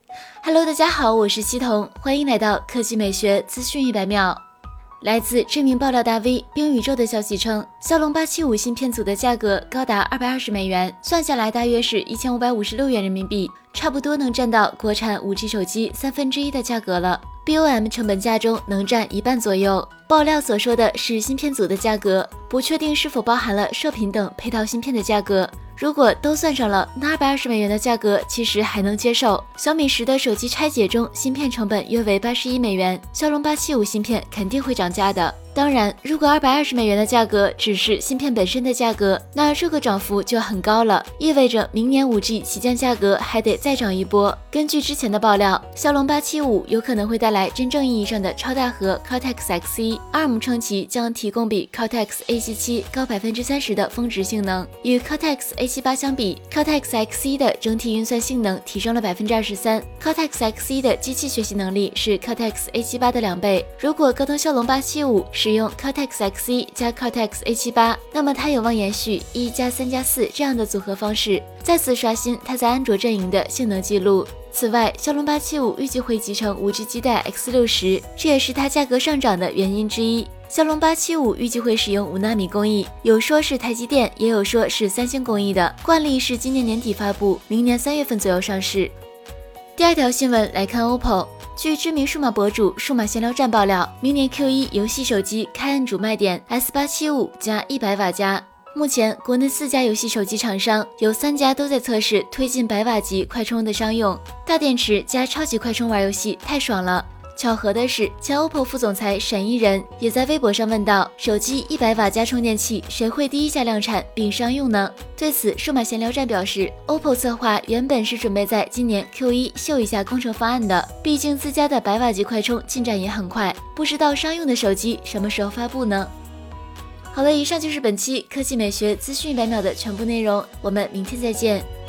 Hello， 大家好，我是西彤，欢迎来到科技美学资讯100秒。来自知名爆料大 V 冰宇宙的消息称，骁龙875芯片组的价格高达220美元，算下来大约是1556元人民币，差不多能占到国产 5G 手机1/3的价格了。BOM 成本价中能占1半左右。爆料所说的是芯片组的价格，不确定是否包含了射频等配套芯片的价格。如果都算上了，那220美元的价格其实还能接受。小米10的手机拆解中，芯片成本约为81美元，骁龙875芯片肯定会涨价的。当然，如果220美元的价格只是芯片本身的价格，那这个涨幅就很高了，意味着明年5G 旗舰价格还得再涨一波。根据之前的爆料，骁龙875有可能会带来真正意义上的超大核 Cortex X1，ARM 称其将提供比 Cortex A77高30%的峰值性能。与 Cortex A78相比， Cortex X1 的整体运算性能提升了23%，Cortex X1 的机器学习能力是 Cortex A78的2倍。如果高通骁龙875使用 Cortex X1 加 Cortex A78， 那么它有望延续1+3+4这样的组合方式，再次刷新它在安卓阵营的性能记录。此外，骁龙875预计会集成5G 基带 X60， 这也是它价格上涨的原因之一。骁龙875预计会使用5纳米工艺，有说是台积电，也有说是三星工艺的，惯例是今年年底发布，明年3月份左右上市。第二条新闻来看 OPPO。据知名数码博主数码闲聊站爆料，明年 Q1 游戏手机开恩主卖点 S875 加100瓦加。目前国内4家游戏手机厂商有3家都在测试推进100瓦级快充的商用，大电池加超级快充玩游戏太爽了。巧合的是，前 OPPO 副总裁沈一人也在微博上问到，手机100瓦加充电器谁会第一下量产并商用呢？对此，数码闲聊站表示 ，OPPO 策划原本是准备在今年 Q1 秀一下工程方案的，毕竟自家的100瓦级快充进展也很快，不知道商用的手机什么时候发布呢？好了，以上就是本期科技美学资讯100秒的全部内容，我们明天再见。